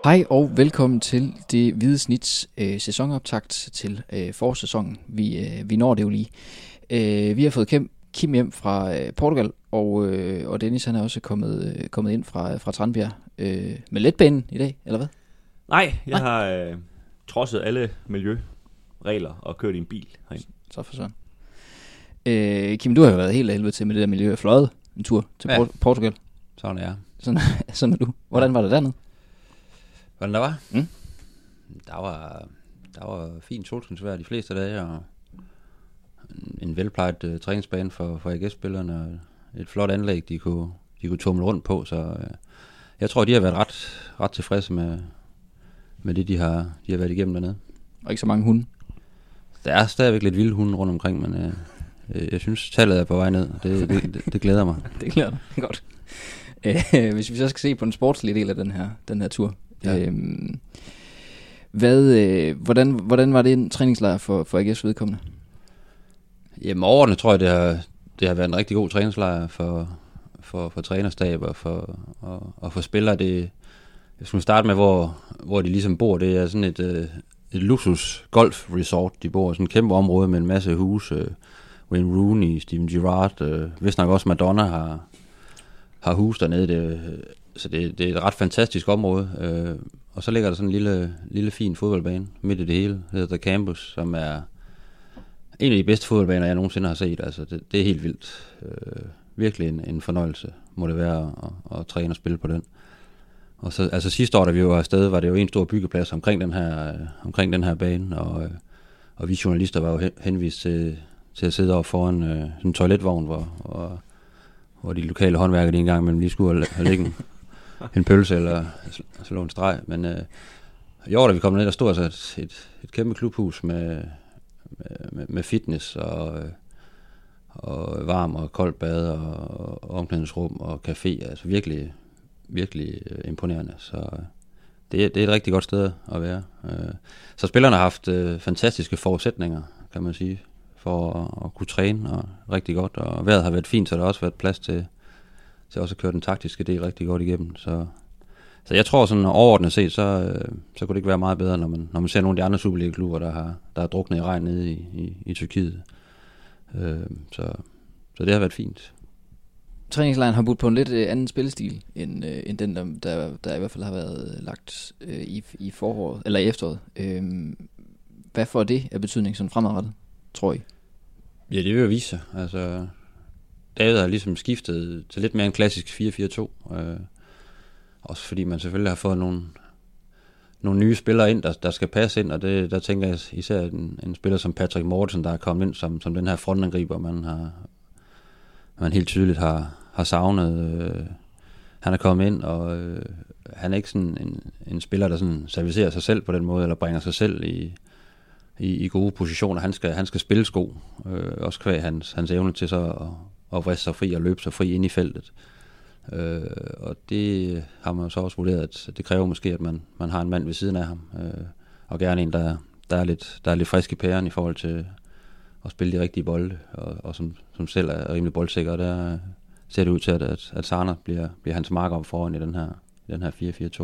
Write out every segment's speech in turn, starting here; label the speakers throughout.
Speaker 1: Hej og velkommen til Det Hvide Snits sæsonoptakt til forårssæsonen. Vi når det jo lige. Vi har fået Kim hjem fra Portugal, og Dennis han er også kommet ind fra Tranbjerg med letbanen i dag, eller hvad?
Speaker 2: Nej, jeg har trodset alle miljøregler og kørt i en bil herinde.
Speaker 1: Så for sådan. Kim, du har jo været helt af helvede til med det der miljø, fløjet en tur til Portugal.
Speaker 3: Sådan er jeg.
Speaker 1: Sådan er du. Hvordan var det dernede?
Speaker 3: Hvordan der var? Der var fint solskinsvejr de fleste dage, og en velplejet træningsbane for AGF-spillerne, og et flot anlæg, de kunne tumle rundt på, så jeg tror, de har været ret tilfredse med det, de har været igennem dernede.
Speaker 1: Og ikke så mange hunde?
Speaker 3: Der er stadigvæk lidt vilde hunde rundt omkring, men jeg synes, tallet er på vej ned, og det glæder mig.
Speaker 1: Det glæder dig, godt. Hvis vi så skal se på den sportslige del af den her tur, ja. Hvordan var det en træningslejr for AGF's vedkommende?
Speaker 3: Jamen overordnet tror jeg, det har været en rigtig god træningslejr for trænerstab og for spillere. Jeg skulle starte med, hvor de ligesom bor. Det er sådan et luksus golf resort. De bor i sådan et kæmpe område med en masse huse. Wayne Rooney, Steven Gerrard, vist nok også Madonna har hus dernede. Så det er et ret fantastisk område. Og så ligger der sådan en lille fin fodboldbane midt i det hele. Det hedder The Campus, som er en af de bedste fodboldbaner, jeg nogensinde har set. Altså, det er helt vildt. Virkelig en fornøjelse må det være at træne og spille på den. Og så, altså sidste år, da vi var afsted, var det jo en stor byggeplads omkring den her bane, og vi journalister var jo henvist til at sidde over foran en toiletvogn, hvor de lokale håndværkere en gang imellem lige skulle lægge en pølse eller slå en streg. Men i år, da vi kom ned, der stod altså et kæmpe klubhus med fitness og varm og koldt bad og omklædningsrum og café. Altså virkelig, virkelig imponerende. Så det er et rigtig godt sted at være. Så spillerne har haft fantastiske forudsætninger, kan man sige, for at kunne træne og rigtig godt. Og vejret har været fint, så der har også været plads til også at køre den taktiske del rigtig godt igennem. Så jeg tror sådan overordnet set, så kunne det ikke være meget bedre, når man ser nogle af de andre Superliga-klubber, der har druknet i regn nede i Tyrkiet. Så det har været fint.
Speaker 1: Træningslejren har budt på en lidt anden spillestil, end den, der i hvert fald har været lagt i foråret, eller i efteråret. Hvad får det af betydning sådan fremadrettet, tror I?
Speaker 3: Ja, det vil jo vise sig. Altså, David har ligesom skiftet til lidt mere en klassisk 4-4-2. Også fordi man selvfølgelig har fået nogle nye spillere ind, der skal passe ind, og der tænker jeg især en spiller som Patrick Mortensen, der er kommet ind som den her frontangriber, man helt tydeligt har savnet. Han er kommet ind, og han er ikke sådan en spiller, der sådan servicerer sig selv på den måde, eller bringer sig selv i gode positioner. Han skal spille sko, også kvæg hans evne til så at vriste sig fri og løbe sig fri ind i feltet. Og det har man så også vurderet, at det kræver måske, at man har en mand ved siden af ham, og gerne en, der er lidt frisk i pæren i forhold til at spille de rigtige bolde, og som selv er rimelig boldsikker. Der ser det ud til, at Sarner bliver hans marker om foran i den her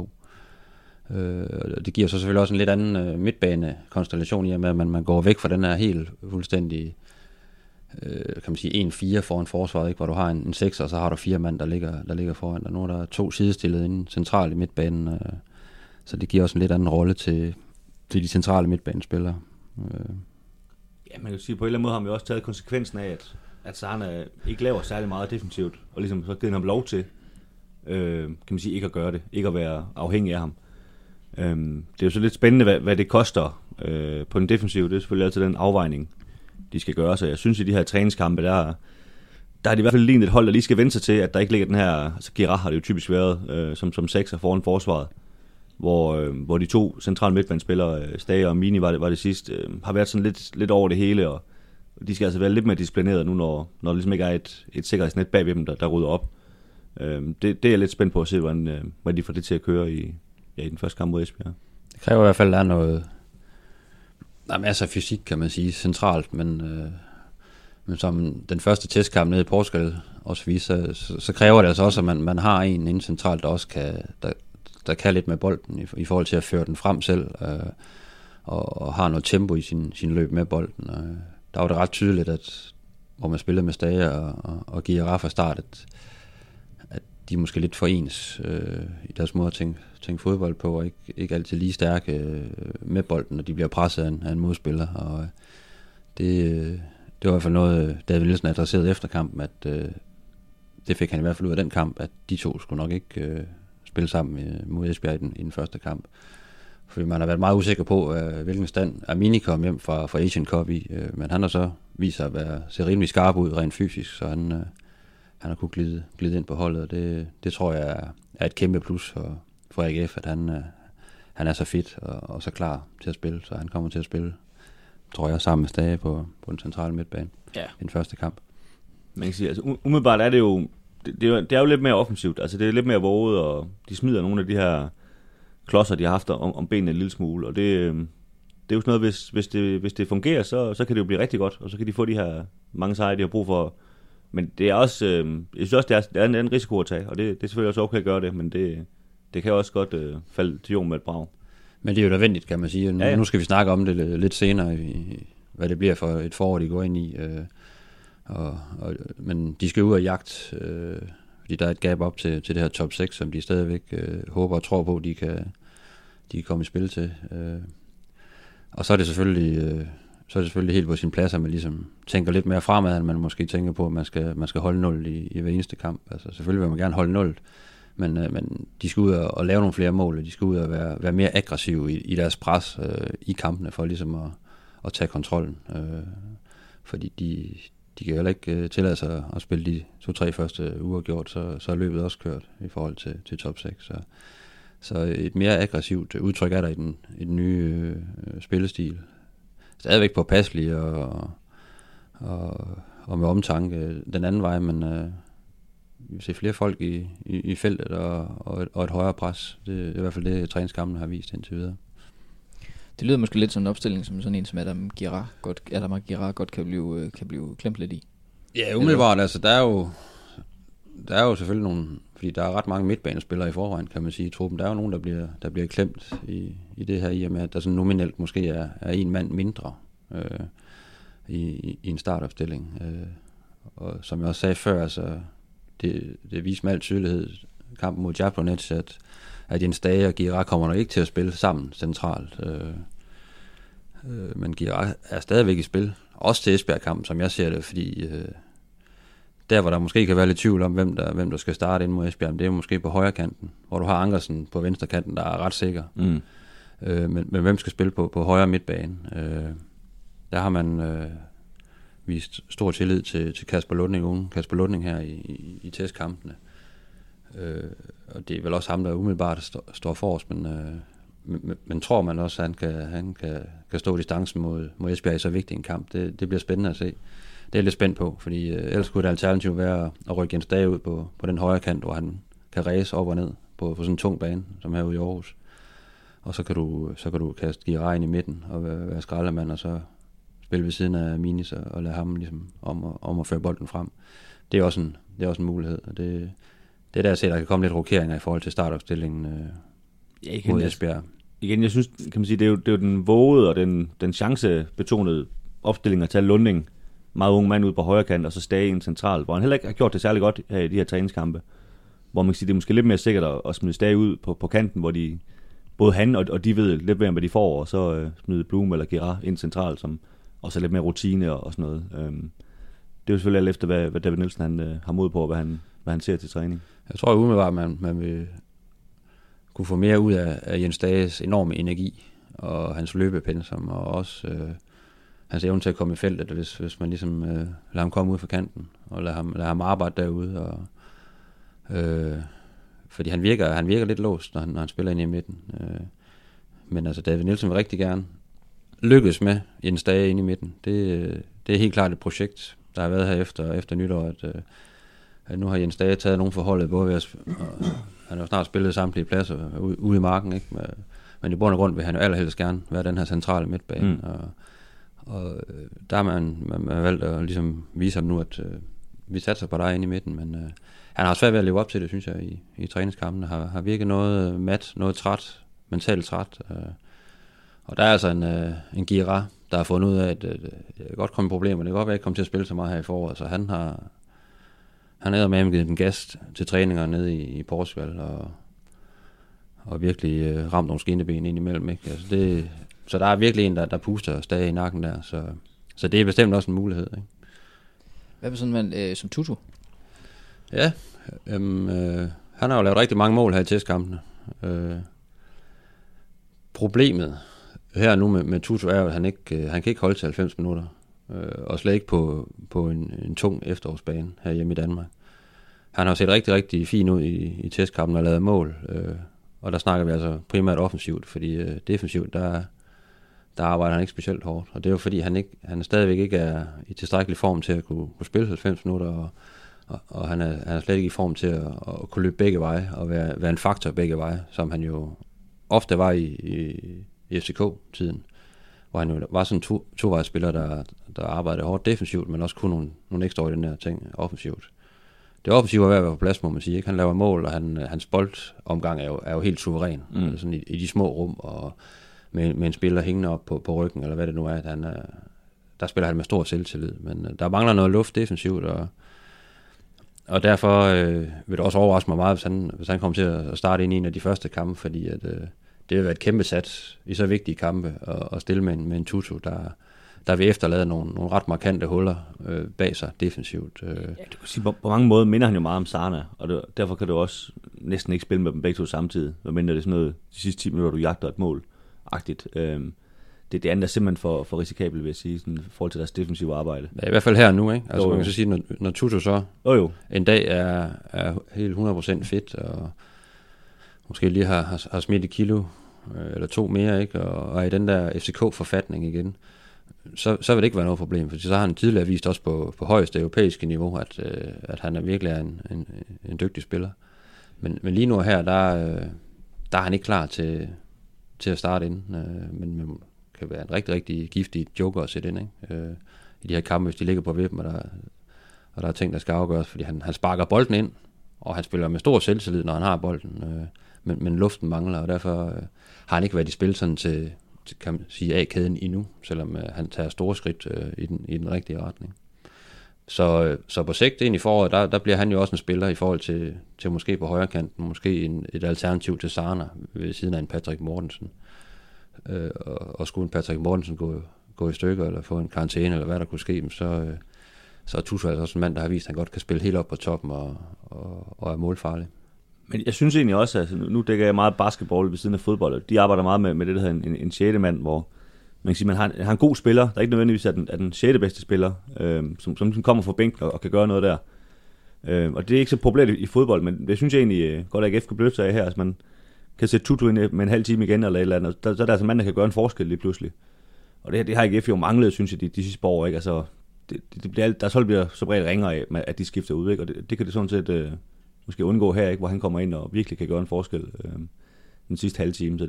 Speaker 3: 4-4-2. Det giver så selvfølgelig også en lidt anden midtbanekonstellation i, at man går væk fra den her helt fuldstændig kan man sige 1-4 foran forsvaret, ikke? Hvor du har en 6, og så har du 4 mand, der ligger foran, og nu er der 2 sidestillede inde centralt i midtbanen, så det giver også en lidt anden rolle til de centrale midtbanespillere.
Speaker 2: Ja, man kan sige, på en eller anden måde har vi også taget konsekvensen af, at Sarna ikke laver særlig meget defensivt, og ligesom så givet ham lov til, kan man sige, ikke at gøre det, ikke at være afhængig af ham. Det er jo så lidt spændende, hvad det koster på den defensive. Det er selvfølgelig altid den afvejning, de skal gøre. Så jeg synes, i de her træningskampe, der er det i hvert fald lige et hold, der lige skal vende sig til, at der ikke ligger den her, altså Girard har det jo typisk været, som 6'er foran forsvaret, hvor de 2 centrale midtbanespillere, Stage og Mini var det sidste, har været sådan lidt over det hele, og de skal altså være lidt mere disciplineret nu, når der ligesom ikke er et sikkerhedsnet bag ved dem, der rydder op. Det er jeg lidt spændt på at se, hvordan de får det til at køre i den første kamp mod Esbjerg.
Speaker 3: Det kræver i hvert fald, at der er masser af fysik, kan man sige, centralt, men som den første testkamp nede i Portugal også viser, så kræver det altså også, at man har en inde centralt, der der kan lidt med bolden i forhold til at føre den frem selv, og har noget tempo i sin løb med bolden. Der var det ret tydeligt, at hvor man spillede med Stage og Girard fra start, at de måske lidt for ens i deres måde at tænke fodbold på, og ikke altid lige stærke med bolden, når de bliver presset af en modspiller. Og det var i hvert fald noget, David Nielsen adresserede efter kampen, at det fik han i hvert fald ud af den kamp, at de to skulle nok ikke spille sammen mod Esbjerg i den første kamp. Fordi man har været meget usikker på, hvilken stand Amini kom hjem fra Asian Cup i, men han har så vist sig at se rimelig skarp ud rent fysisk, så han har kunnet glide ind på holdet, og det tror jeg er et kæmpe plus for AGF, at han er så fit og så klar til at spille, så han kommer til at spille, tror jeg, sammen med Stage på den centrale midtbane i den første kamp.
Speaker 2: Man kan sige, altså umiddelbart er det jo, det er jo lidt mere offensivt, altså det er lidt mere våget, og de smider nogle af de her klodser, de har haft om benene en lille smule, og det er jo sådan noget, hvis det fungerer, så kan det jo blive rigtig godt, og så kan de få de her mange sejre, de har brug for. Men det er også, jeg synes også, det er en risiko at tage, og det er selvfølgelig også okay at gøre det, men det kan også godt falde til jorden med et brag.
Speaker 3: Men det er jo nødvendigt, kan man sige. Nu skal vi snakke om det lidt senere, hvad det bliver for et forår, de går ind i. Men de skal ud og jagt, fordi der er et gab op til det her top 6, som de stadigvæk håber og tror på, de kan komme i spil til. Og så er det selvfølgelig helt på sin plads, at man ligesom tænker lidt mere fremad, end man måske tænker på, at man skal holde 0 i hver eneste kamp. Altså selvfølgelig vil man gerne holde 0, men de skal ud og lave nogle flere mål, og de skal ud og være mere aggressive i deres pres i kampene, for ligesom at tage kontrollen. Fordi de kan heller ikke tillade sig at spille de 2-3 første uafgjort, så er løbet også kørt i forhold til top 6. Så et mere aggressivt udtryk er der i den nye spillestil. Stadigvæk påpasselig og med omtanke den anden vej, men vi vil se flere folk i feltet og et højere pres. Det er i hvert fald det, træningskampen har vist indtil videre.
Speaker 1: Det lyder måske lidt som en opstilling, som sådan en som Adam Girard godt kan blive klemt lidt i.
Speaker 3: Ja, umiddelbart. Altså, der er jo selvfølgelig nogle, fordi der er ret mange midtbanespillere i forvejen, kan man sige, i truppen. Der er jo nogen, der bliver klemt i det her, i og med, at der sådan nominelt måske er en mand mindre i en startopstilling. Og som jeg også sagde før, altså, det viser med al tydelighed kampen mod Jablonec, at Jens Stage og Girard kommer nok ikke til at spille sammen centralt. Men Girard er stadigvæk i spil. Også til Esbjerg-kampen, som jeg ser det, fordi der, hvor der måske kan være lidt tvivl om, hvem der skal starte ind mod Esbjerg, det er måske på højre kanten, hvor du har Ankersen på venstre kanten, der er ret sikker. Men hvem skal spille på højre midtbane? Der har man vist stor tillid til Kasper Lunding her i testkampene. Og det er vel også ham, der umiddelbart står forrest, men tror man også, at han kan stå distancen mod Esbjerg i så vigtig en kamp. Det bliver spændende at se. Det er lidt spændt på, fordi ellers kunne det alternativ være at rykke Jens Stage ud på den højre kant, hvor han kan ræse op og ned på sådan en tung bane, som herude i Aarhus. Og så kan du kaste Girard ind i midten og være skraldemand, og så spille ved siden af Minis og lade ham ligesom om at føre bolden frem. Det er også en mulighed, og det er der, jeg ser, der kan komme lidt rokeringer i forhold til startopstillingen mod Esbjerg.
Speaker 2: Igen, jeg synes, kan man sige, det er jo den vågede og den chancebetonede opstilling at tage Lunding, meget ung mand, ud på højre kant, og så Stage ind centralt, hvor han heller ikke har gjort det særlig godt her i de her træningskampe. Hvor man kan sige, det er måske lidt mere sikkert at smide Stage ud på kanten, hvor både han og de ved lidt mere, hvad de får, og så smide Blum eller Girard ind centralt, som også er lidt mere rutine og sådan noget. Det er jo selvfølgelig alt efter, hvad David Nielsen han har mod på, og hvad han ser til træning.
Speaker 3: Jeg tror umiddelbart, man vil kunne få mere ud af Jens Stages enorme energi, og hans løbepensum, og også hans evne til at komme i feltet, hvis man ligesom lader ham komme ud fra kanten, og lader ham arbejde derude, og fordi han virker lidt låst, når han spiller ind i midten. Men altså, David Nielsen vil rigtig gerne lykkes med Jens Stage ind i midten. Det er helt klart et projekt, der har været her efter nytår, at nu har Jens Stage taget nogle forholdet, både ved at han har jo snart spillet samtlige pladser ude i marken, ikke? Men i bund og grund vil han jo allerhelst gerne være den her centrale midtbane, og der har man valgt at ligesom vise ham nu, at vi satser på dig inde i midten, men han har svært ved at leve op til det, synes jeg, i træningskampene. Har virket noget mat, noget træt, mentalt træt. Og der er altså en Gira, der har fundet ud af, at det kan godt komme problemer. Det kan godt være, at jeg ikke kommer til at spille så meget her i foråret, så han er med givet den gas til træninger nede i Portugal, og virkelig ramt nogle skinneben ind imellem. Ikke? Altså så der er virkelig en, der puster stadig i nakken der, så det er bestemt også en mulighed. Ikke?
Speaker 1: Hvad med sådan en mand som Tutu?
Speaker 3: Ja, han har jo lavet rigtig mange mål her i testkampene. Problemet her nu med Tutu er jo, at han kan ikke holde til 90 minutter. Og slet ikke på en tung efterårsbane her hjemme i Danmark. Han har set rigtig, rigtig fin ud i testkampen og lavet mål. Og der snakker vi altså primært offensivt, fordi defensivt, der arbejder han ikke specielt hårdt. Og det er jo fordi, han stadigvæk ikke er i tilstrækkelig form til at kunne spille 90 minutter, og han er slet ikke i form til at kunne løbe begge veje, og være en faktor begge veje, som han jo ofte var i FCK-tiden, hvor han jo var sådan en tovejsspiller, der arbejdede hårdt defensivt, men også kunne nogle ekstraordinære ting offensivt. Det offensive er ved at være på plads, må man sige. Ikke? Han laver mål, og hans boldomgang er jo helt suveræn. Sådan i de små rum, og med en spiller hængende op på ryggen, eller hvad det nu er. Der spiller han med stor selvtillid, men der mangler noget luft defensivt, og derfor vil det også overraske mig meget, hvis han kommer til at starte ind i en af de første kampe, fordi at, det vil være et kæmpe sats i så vigtige kampe at stille med en Tutu, der vil efterlade nogle ret markante huller bag sig defensivt.
Speaker 2: Ja, du kan sige, på mange måder minder han jo meget om Sana, og derfor kan du også næsten ikke spille med dem begge to samtidig, medmindre det er sådan noget, de sidste 10 minutter, du jagter et mål-agtigt. Det andet er simpelthen for risikabelt, vil jeg sige, sådan, i forhold til deres defensive arbejde.
Speaker 3: Ja, i hvert fald her nu, ikke? Altså man kan så sige, når Tutu så en dag er helt 100% fedt, og måske lige har smidt et kilo eller 2 mere, ikke? Og er i den der FCK-forfatning igen, så vil det ikke være noget problem, for så har han tidligere vist også på højeste europæiske niveau, at han virkelig er en dygtig spiller. Men lige nu her, der er han ikke klar til at starte ind, men kan være en rigtig, rigtig giftig joker at sætte ind, ikke? I de her kampe, hvis de ligger på vippen, og der er ting, der skal afgøres, fordi han sparker bolden ind, og han spiller med stor selvtillid, når han har bolden, men luften mangler, og derfor har han ikke været i spil sådan til kan man sige, A-kæden endnu, selvom han tager store skridt i den rigtige retning. Så på sigt ind i foråret, der bliver han jo også en spiller i forhold til måske på højre kanten, måske et alternativ til Sana ved siden af en Patrick Mortensen. Og skulle en Patrick Mortensen gå i stykker, eller få en karantæne, eller hvad der kunne ske, så er Tutu altså også en mand, der har vist, at han godt kan spille helt op på toppen og er målfarlig. Men
Speaker 2: jeg synes egentlig også, at nu dækker jeg meget basketball ved siden af fodbold. De arbejder meget med det, der hedder en 6. mand, hvor man kan sige, man har en god spiller, der ikke nødvendigvis er den 6. bedste spiller, som kommer fra bænken og kan gøre noget der. Og det er ikke så populært i fodbold, men det synes jeg egentlig godt, at AGF kan benytte sig af her. Altså man kan sætte Tutu ind med en halv time igen, eller et eller andet. Så er der altså en mand, der kan gøre en forskel lige pludselig. Og det har AGF jo manglet, synes jeg, de sidste år. Ikke? Altså, det bliver deres hold bliver så bredt ringere af, at de skifter ud. Ikke? Og det kan det sådan set måske undgå her, ikke? Hvor han kommer ind og virkelig kan gøre en forskel den sidste halve time. Så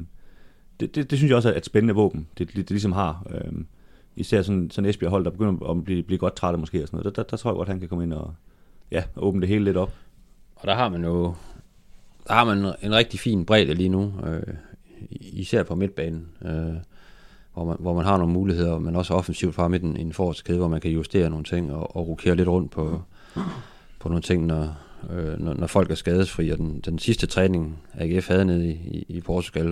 Speaker 2: det synes jeg også er et spændende våben, det ligesom har. Især sådan Esbjerg hold, der begynder at blive godt trætte måske. Og sådan noget. Der tror jeg godt, han kan komme ind og åbne det hele lidt op.
Speaker 3: Og der har man en rigtig fin bredde lige nu, især på midtbanen, hvor man har nogle muligheder, men også offensivt fra midten i en forholdskæde, hvor man kan justere nogle ting og rokere lidt rundt på nogle ting, når folk er skadesfri. Og den sidste træning, AGF havde nede i Portugal,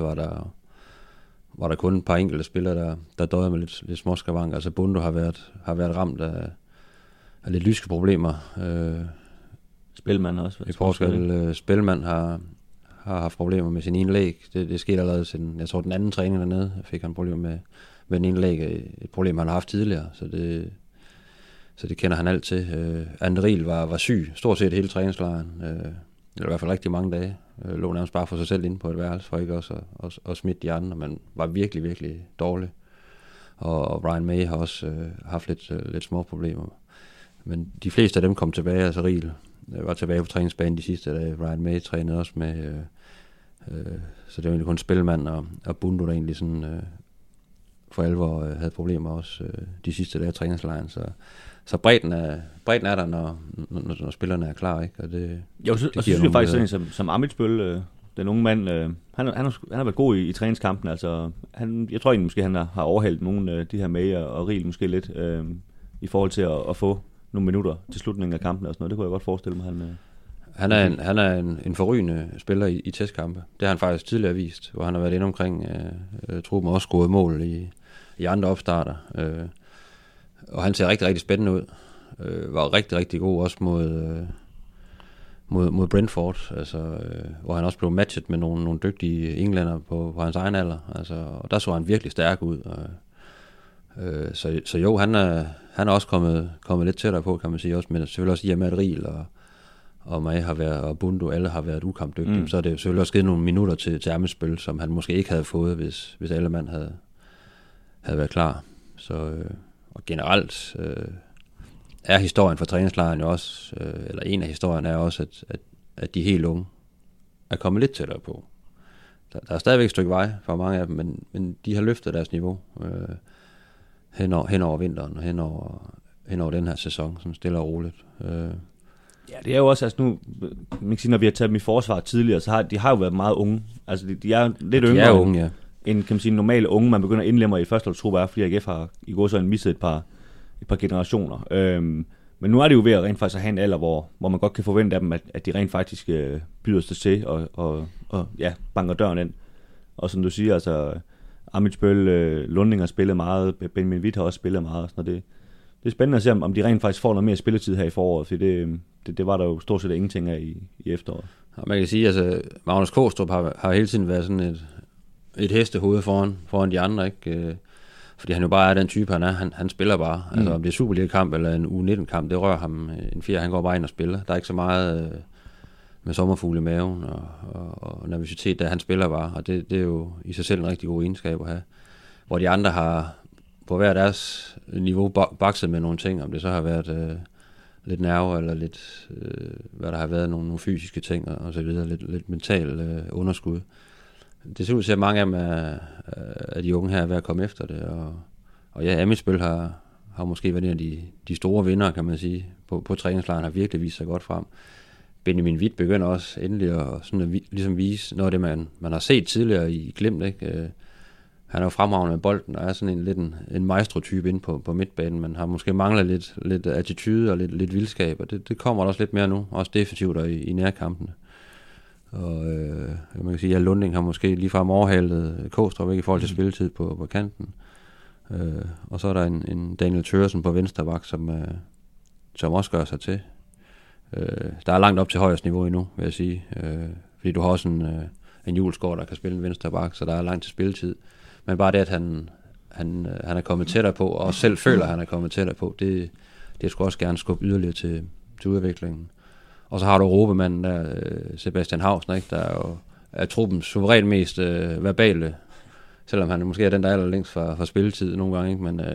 Speaker 3: var der kun et par enkelte spillere, der døde med lidt småskavanker. Altså Bundo har været ramt af lidt lyske problemer.
Speaker 2: Spelmand også.
Speaker 3: I Portugal. Spelmand har haft problemer med sin ene læg. Det skete allerede siden, jeg tror den anden træning dernede, fik han problemer med den ene læg. Et problem, han har haft tidligere. Så det kender han alt til. Andril var syg, stort set hele træningslejren. Eller i hvert fald rigtig mange dage. Lå nærmest bare for sig selv inde på et værelse, for ikke også at smitte de andre, men var virkelig, virkelig dårlig. Og Ryan May har også haft lidt små problemer. Men de fleste af dem kom tilbage, altså Riel var tilbage på træningsbanen de sidste dage. Ryan May trænede også med, så det var egentlig kun Spelmand og Bundo, der egentlig sådan for alvor havde problemer også de sidste dage af træningslejren. Så bredden er der, når spillerne er klar, ikke? Og det
Speaker 2: og så synes jeg faktisk sådan som Amitsbøl, den unge mand, han har været god i træningskampen. Altså, jeg tror egentlig måske, han har overhældt nogle af de her med og Riel måske lidt i forhold til at få nogle minutter til slutningen af kampen og sådan noget. Det kunne jeg godt forestille mig.
Speaker 3: Han er en forrygende spiller i testkampe. Det har han faktisk tidligere vist, hvor han har været inde omkring truppen og også scoret mål i andre opstarter. Og han ser rigtig, rigtig spændende ud. Var rigtig, rigtig god også mod Brentford, altså, hvor han også blev matchet med nogle dygtige englænder på hans egen alder. Altså, og der så han virkelig stærk ud. Så jo, han er også kommet lidt tættere på, kan man sige, også, men selvfølgelig også i og med at Riel og mig har været, og Bundu, alle har været ukampdygtige, så er det selvfølgelig også givet nogle minutter til Amitsbøl, som han måske ikke havde fået, hvis alle mand havde været klar. Så, og generelt er historien for træningslejren jo også, eller en af historierne er også, at de helt unge er kommet lidt tættere på. Der er stadigvæk et stykke vej for mange af dem, men de har løftet deres niveau hen over vinteren og hen over den her sæson, som stille og roligt.
Speaker 2: Ja, det er jo også, altså nu, man kan sige, når vi har taget dem i forsvar tidligere, så de har jo været meget unge. Altså, de er lidt yngre.
Speaker 3: De er unge, ja.
Speaker 2: En, kan man sige, normale unge, man begynder at indlemme i førsteholdstrupper, fordi AGF har i går så misset et par generationer. Men nu er det jo ved at rent faktisk at have en alder, hvor man godt kan forvente af dem, at de rent faktisk byder sig til og banker døren ind. Og som du siger, altså Amitsbøl, Lunding har spillet meget, Benjamin Witt har også spillet meget. Sådan, det er spændende at se, om de rent faktisk får noget mere spilletid her i foråret, for det var der jo stort set ingenting af i efteråret.
Speaker 3: Og man kan sige, altså Magnus Kaastrup har hele tiden været sådan et hestehoved foran de andre, ikke? Fordi han jo bare er den type, han er. Han spiller bare. Altså om det er Superliga-kamp eller en U19-kamp, det rører ham en fjerde. Han går bare ind og spiller. Der er ikke så meget med sommerfugle i maven og nervøsitet, der han spiller bare. Og det er jo i sig selv en rigtig god egenskab at have. Hvor de andre har på hver deres niveau bakset med nogle ting, om det så har været lidt nerve eller lidt, hvad der har været nogle fysiske ting og så videre. Lidt mental underskud. Det ser ud til, at mange af dem af de unge her er ved at komme efter det, og ja, Amitsbøl har måske været en af de store vindere, kan man sige, på træningslejren, har virkelig vist sig godt frem. Benjamin Witt begynder også endelig at ligesom vise noget af det, man har set tidligere i Glimt, ikke? Han er jo fremragende med bolden, og er sådan lidt en maestro-type inde på midtbanen, men har måske manglet lidt attitude og lidt vildskab, og det kommer også lidt mere nu, også defensivt og i nærkampene. Og man kan sige, at Lunding har måske ligefrem overhalet Kaastrup i forhold til spilletid på kanten. Og så er der en Daniel Thøresen på venstre bak, som også gør sig til. Der er langt op til højeste niveau endnu, vil jeg sige. Fordi du har også en Julesgaard, der kan spille en venstre bak, så der er langt til spilletid. Men bare det, at han er kommet tættere på, og selv føler, at han er kommet tættere på, det skulle også gerne skubbe yderligere til udviklingen. Og så har du råbemanden der, Sebastian Hausner, ikke? Der er truppens suverænt mest verbale, selvom han måske er den, der er allerlængst fra spilletid nogle gange, ikke? Men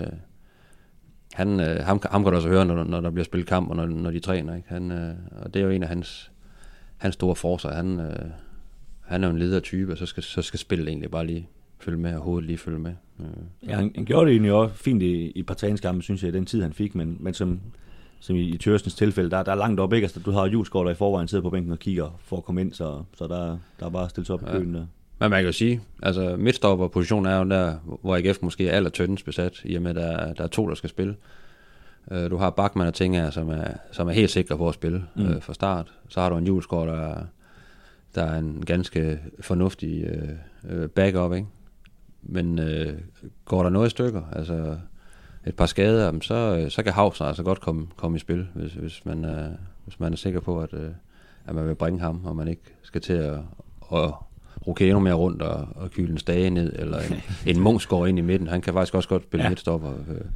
Speaker 3: ham kan du også høre, når der bliver spillet kamp, og når de træner, ikke? Og det er jo en af hans store forser. Han er jo en ledertype, og så skal spillet egentlig bare lige følge med, og hovedet lige følge med.
Speaker 2: Ja, han gjorde det egentlig også fint i et par træningskampe, synes jeg, i den tid, han fik, men som i Thørsens tilfælde, der er langt op, ikke? Altså, du har Julesgaard, der i forvejen sidder på bænken og kigger for at komme ind, så der er bare stillet op i køen der.
Speaker 3: Men man kan jo sige, altså midtstopperpositionen er jo der, hvor AGF måske er allertyndest besat, i og med, at der er 2, der skal spille. Du har Bachmann og Tinger, som er helt sikre på at spille fra start. Så har du en Julesgaard, der er en ganske fornuftig backup, ikke? Men går der noget i stykker, altså et par skader, så kan Hausner altså godt komme i spil, hvis man er sikker på, at man vil bringe ham, og man ikke skal til at rokere endnu mere rundt og kyle en Stage ned, eller en Munchsgaard ind i midten. Han kan faktisk også godt spille midtstopper.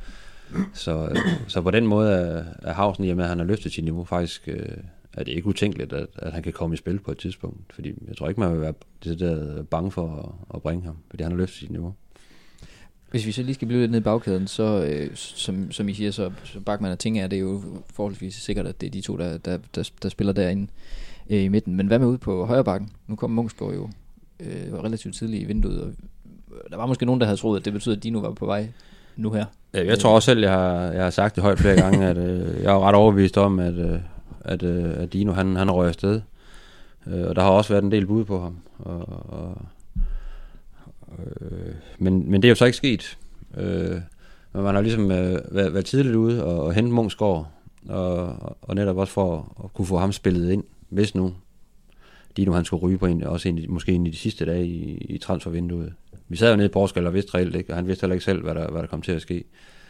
Speaker 3: Så på den måde er Hausner, i og med at han har løftet sit niveau, faktisk er det ikke utænkeligt, at han kan komme i spil på et tidspunkt. Fordi jeg tror ikke, man vil være det der bange for at bringe ham, fordi han har løftet sit niveau.
Speaker 1: Hvis vi så lige skal blive lidt ned i bagkæden, så som I siger, så Bachmann og Tinger, det er jo forholdsvis sikkert, at det er de to, der spiller derinde i midten. Men hvad med ude på højre bakken? Nu kom Munchsgaard jo relativt tidligt i vinduet, og der var måske nogen, der havde troet, at det betyder, at Dino var på vej nu her.
Speaker 3: Jeg tror også selv, jeg har sagt det højt flere gange, at jeg er ret overbevist om, at Dino han røg afsted. Og der har også været en del bud på ham. Men det er jo så ikke sket. Men man har ligesom været tidligt ude og hente Munksgaard, og netop også for at kunne få ham spillet ind, hvis nu Dino han skulle ryge på måske en i de sidste dage i transfervinduet. Vi sad jo nede i Portugal og vidste reelt ikke, og han vidste heller ikke selv, hvad der kom til at ske.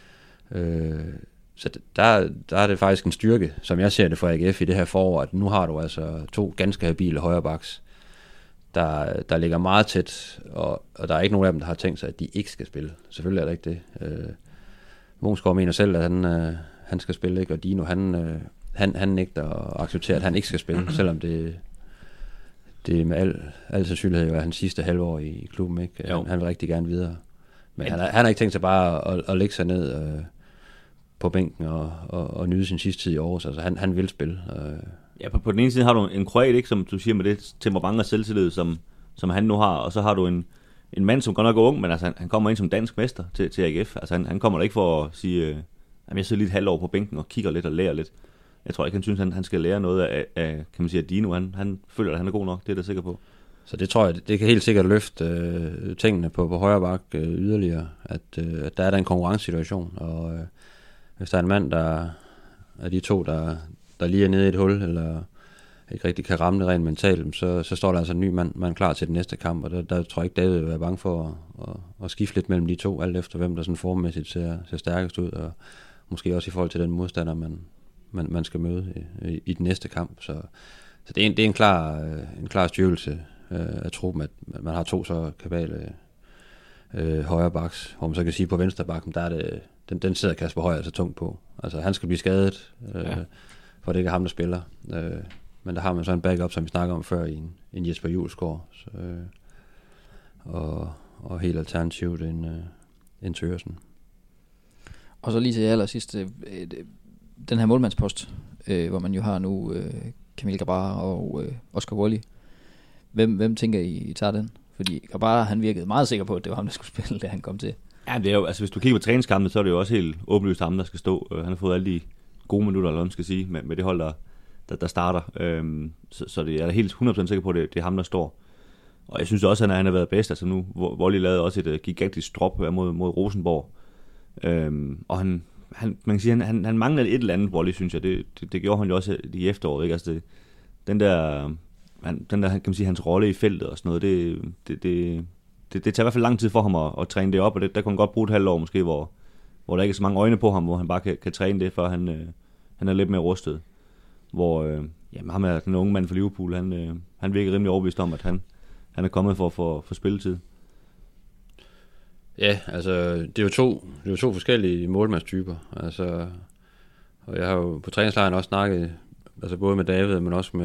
Speaker 3: Så der er det faktisk en styrke, som jeg ser det for AGF i det her forår, at nu har du altså 2 ganske habile højrebacks, der ligger meget tæt, og der er ikke nogen af dem, der har tænkt sig, at de ikke skal spille. Selvfølgelig er der ikke det. Munksgaard mener selv, at han skal spille, ikke? Og Dino, han nægter at acceptere, at han ikke skal spille, selvom det med al sandsynlighed jo er hans sidste halvår i klubben, ikke? Han vil rigtig gerne videre. Men han har ikke tænkt sig bare at lægge sig ned på bænken og nyde sin sidste tid i Aarhus. Altså han vil spille.
Speaker 2: Ja, på den ene side har du en kroat, ikke, som du siger, med det temperament og selvtillid, som han nu har, og så har du en mand, som godt nok er ung, men altså han kommer ind som dansk mester til AGF. Altså han kommer der ikke for at sige, at jeg sidder lige et halvt år på bænken og kigger lidt og lærer lidt. Jeg tror ikke, han synes, han skal lære noget af kan man sige, at Dino, han føler, at han er god nok, det er jeg sikker på. Så
Speaker 3: det tror jeg, det kan helt sikkert løfte tingene på højre bak yderligere, at der er der en konkurrencesituation, og hvis der er en mand, der er de to, der lige er nede i et hul, eller ikke rigtig kan ramme det rent mentalt, så står der altså en ny mand klar til den næste kamp, og der tror jeg ikke, David vil være bange for at skifte lidt mellem de to, alt efter hvem der sådan formæssigt ser stærkest ud, og måske også i forhold til den modstander, man skal møde i den næste kamp. Så det er en klar styrkelse af truppen, at man har 2 så kabale højre backs, hvor man så kan sige på venstre bakken, der er det, den sidder Kasper Højer altså tungt på. Altså han skal blive skadet, for det ikke er ham, der spiller. Men der har man så en backup, som vi snakker om før, i en Jesper Julesgaard, og helt alternativt en Thøgersen. Og
Speaker 1: så lige til allersidst, den her målmandspost, hvor man jo har nu Kamil Grabara og Oscar Wally. Hvem tænker I tager den? Fordi Grabara, han virkede meget sikker på, at det var ham, der skulle spille, da han kom til.
Speaker 2: Ja, det er jo, altså hvis du kigger på træningskampene, så er det jo også helt åbenlyst ham, der skal stå. Han har fået alle de gode minutter, eller hvad man skal sige, med det hold, der starter. Så det er helt 100% sikker på, at det er ham, der står. Og jeg synes også, at han har været bedst. Altså nu, Wally lavede også et gigantisk drop mod Rosenborg. Og han man kan sige, han manglede et eller andet, Wally, synes jeg. Det gjorde han jo også i efteråret, ikke? Altså den der, kan man sige, hans rolle i feltet og sådan noget, det tager i hvert fald lang tid for ham at træne det op, og der kunne han godt bruge et halvt år måske, hvor der ikke er så mange øjne på ham, hvor han bare kan træne det, før han er lidt mere rustet. Hvor ham er den unge mand fra Liverpool, han virker rimelig overbevist om, at han er kommet for spilletid.
Speaker 3: Ja, altså det er jo to forskellige målmandstyper. Altså, og jeg har jo på træningslejren også snakket, altså både med David, men også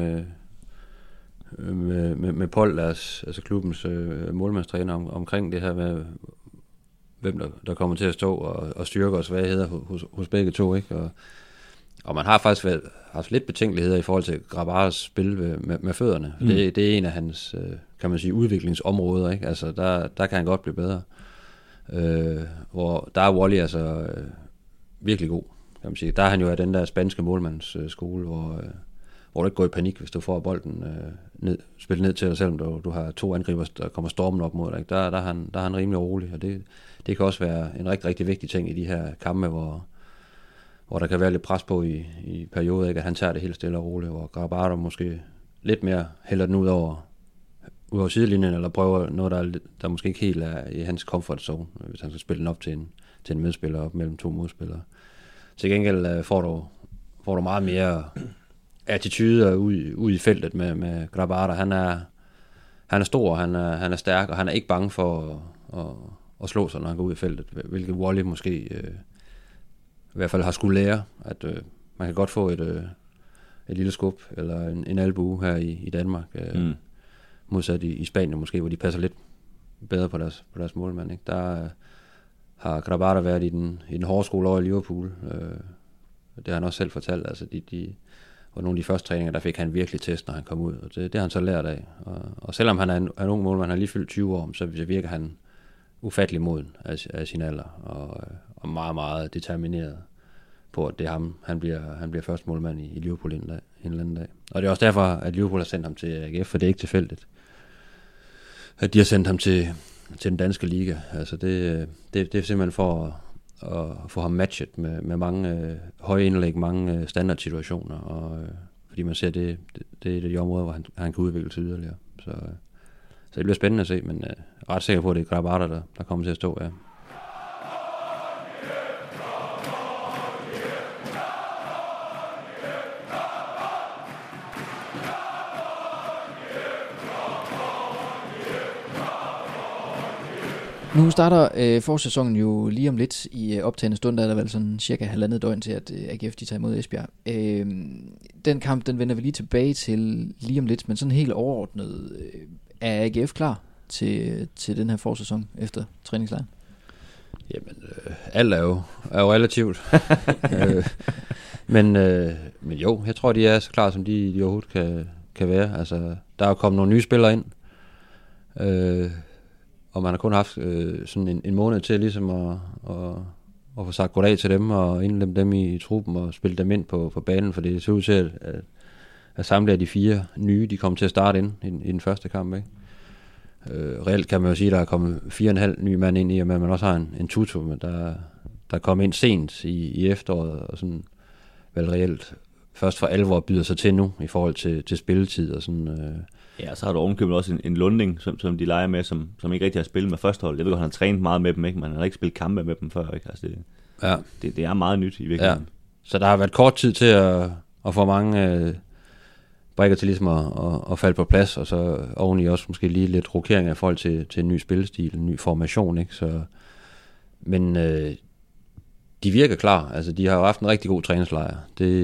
Speaker 3: med Paul, altså klubbens målmandstræner, omkring det her med, hvem der kommer til at stå og styrke og svagheder hos begge to, ikke? Og man har faktisk haft lidt betænkeligheder i forhold til Grabaras spil med fødderne. Det er en af hans, kan man sige, udviklingsområder, ikke? Altså der kan han godt blive bedre. Hvor der er Wally altså virkelig god, kan man sige. Der er han jo af den der spanske målmandsskole, hvor du ikke går i panik, hvis du får bolden spillet ned til dig, selvom du har 2 angriber, der kommer stormen op mod dig. Der er han rimelig rolig, og det kan også være en rigtig, rigtig vigtig ting i de her kampe, hvor der kan være lidt pres på i perioder, ikke? At han tager det helt stille og roligt, hvor Grabara måske lidt mere hælder den ud over sidelinjen, eller prøver noget, der måske ikke helt er i hans comfort zone, hvis han skal spille den op til en medspiller op mellem 2 modspillere. Til gengæld får du meget mere attitude ud i feltet med Grabara. Han er stor, han er stærk, og han er ikke bange for at slå sig, når han går ud i feltet, hvilket Wally måske i hvert fald har skulle lære, at man kan godt få et lille skub eller en albue her i Danmark, modsat i Spanien måske, hvor de passer lidt bedre på deres målmand, ikke? Der har Grabara været i den hårde skole over i Liverpool. Det har han også selv fortalt. Altså og nogle af de første træninger, der fik han virkelig test, når han kom ud. Og det har han så lært af. Og selvom han er en ung målmand, han har lige fyldt 20 år, så virker han ufattelig moden af sin alder, og meget, meget determineret på, at det er ham, han bliver første målmand i Liverpool en eller anden dag. Og det er også derfor, at Liverpool har sendt ham til AGF, for det er ikke tilfældigt, at de har sendt ham til den danske liga. Altså det er simpelthen for at få ham matchet med mange høje indlæg, mange standardsituationer, og fordi man ser, det er de områder, hvor han kan udvikle sig yderligere. Så det bliver spændende at se, men jeg er ret sikker på, at det er Grabara, der kommer til at stå, ja.
Speaker 1: Nu starter forsæsonen jo lige om lidt. I optagende stund er der vel sådan cirka 1,5 døgn til, at AGF de tager imod Esbjerg. Den kamp, den vender vi lige tilbage til lige om lidt, men sådan helt overordnet, er AGF klar til den her forsæson efter træningslejren?
Speaker 3: Jamen, alt er jo relativt. Men jo, jeg tror, de er så klar, som de overhovedet kan være. Altså, der er jo kommet nogle nye spillere ind, og man har kun haft sådan en måned til ligesom at få sagt goddag til dem og indlemme dem i truppen og spille dem ind på banen, for det ser ud til, at samtlige af de 4 nye, de kommer til at starte ind i den første kamp, ikke? Reelt kan man jo sige, at der er kommet 4,5 nye mand ind i, og man også har en tuto, men der kom ind sent i efteråret, og sådan vel reelt først for alvor byder sig til nu, i forhold til spilletid og sådan.
Speaker 2: Ja, så har du ovenkøbet også en Lunding, som de leger med, som ikke rigtig har spillet med førstehold. Jeg ved godt, han har trænet meget med dem, ikke? Men han har ikke spillet kampe med dem før, ikke? Altså det er meget nyt i virkeligheden. Ja.
Speaker 3: Så der har været kort tid til at få mange brækker til ligesom at falde på plads, og så oveni også måske lige lidt rokeringer i forhold til en ny spillestil, en ny formation, ikke? Så, men de virker klar. Altså, de har jo haft en rigtig god træningslejr.